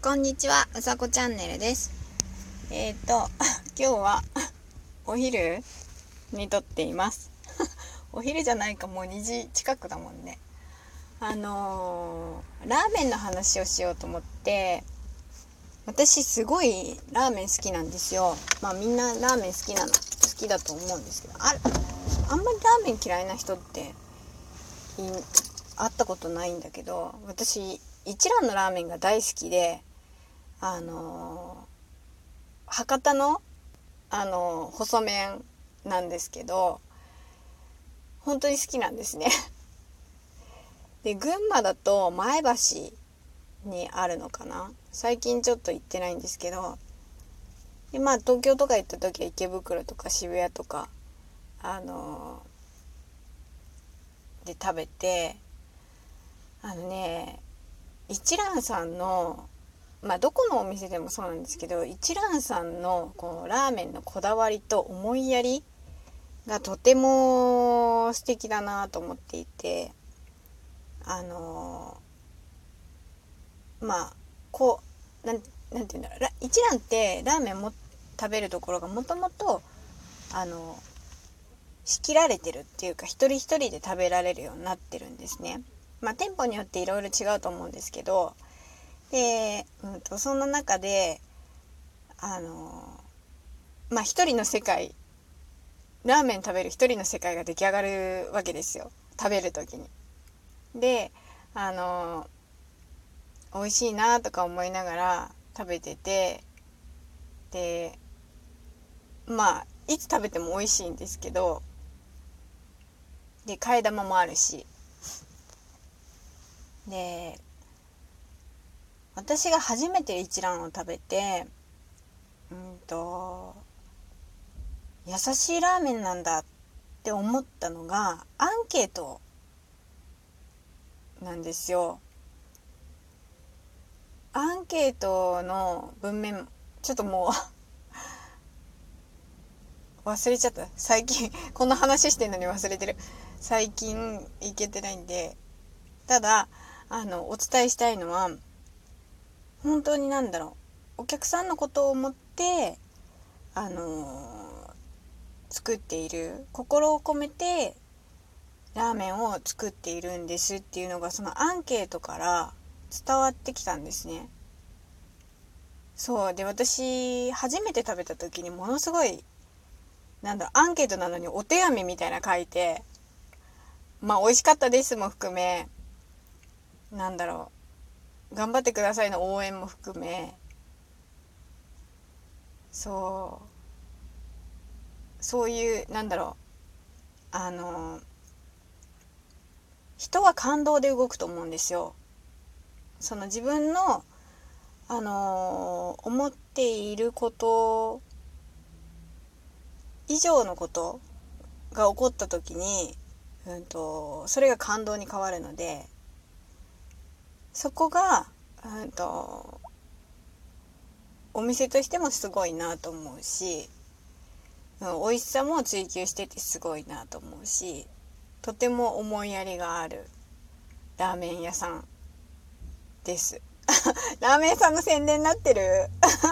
こんにちは、うさこチャンネルです。今日はお昼に撮っていますお昼じゃないか、もう2時近くだもんね。ラーメンの話をしようと思って。私すごいラーメン好きなんですよ。みんなラーメン好きだと思うんですけど、あんまりラーメン嫌いな人って会ったことないんだけど、私一蘭のラーメンが大好きで、博多の細麺なんですけど、本当に好きなんですねで、群馬だと前橋にあるのかな。最近ちょっと行ってないんですけど、で東京とか行った時は池袋とか渋谷とかで食べて、一蘭さんのどこのお店でもそうなんですけど、一蘭さんのこのラーメンのこだわりと思いやりがとても素敵だなと思っていて、こうなんていうんだろう、一蘭ってラーメンも食べるところがもともと仕切られてるっていうか、一人一人で食べられるようになってるんですね。店舗によっていろいろ違うと思うんですけど、で、そんな中で一人の世界、ラーメン食べる一人の世界が出来上がるわけですよ、食べる時に。で、美味しいなとか思いながら食べてて、でいつ食べても美味しいんですけど、で替え玉もあるし、で私が初めて一蘭を食べて、優しいラーメンなんだって思ったのがアンケートなんですよ。アンケートの文面、ちょっともう忘れちゃった。最近こんな話してんのに忘れてる。最近行けてないんで。ただお伝えしたいのは、本当にお客さんのことを思って作っている、心を込めてラーメンを作っているんですっていうのが、そのアンケートから伝わってきたんですね。そうで、私初めて食べた時にものすごいアンケートなのにお手紙みたいな書いて、美味しかったですも含め、頑張ってくださいの応援も含め、そういう人は感動で動くと思うんですよ。その自分の思っていること以上のことが起こった時に、それが感動に変わるので、そこがお店としてもすごいなと思うし、美味しさも追求しててすごいなと思うし、とても思いやりがあるラーメン屋さんですラーメン屋さんの宣伝になってる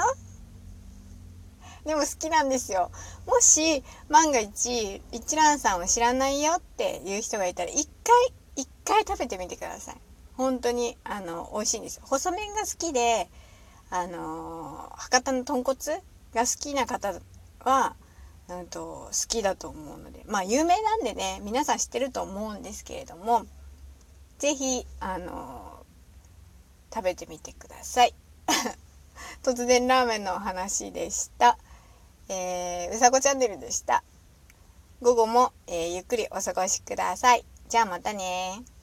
でも好きなんですよ。もし万が一一蘭さんを知らないよっていう人がいたら、一回食べてみてください。本当に美味しいんですよ。細麺が好きで、博多の豚骨が好きな方は好きだと思うので、有名なんでね、皆さん知ってると思うんですけれども、ぜひ食べてみてください突然ラーメンのお話でした。うさこチャンネルでした。午後も、ゆっくりお過ごしください。じゃあまたね。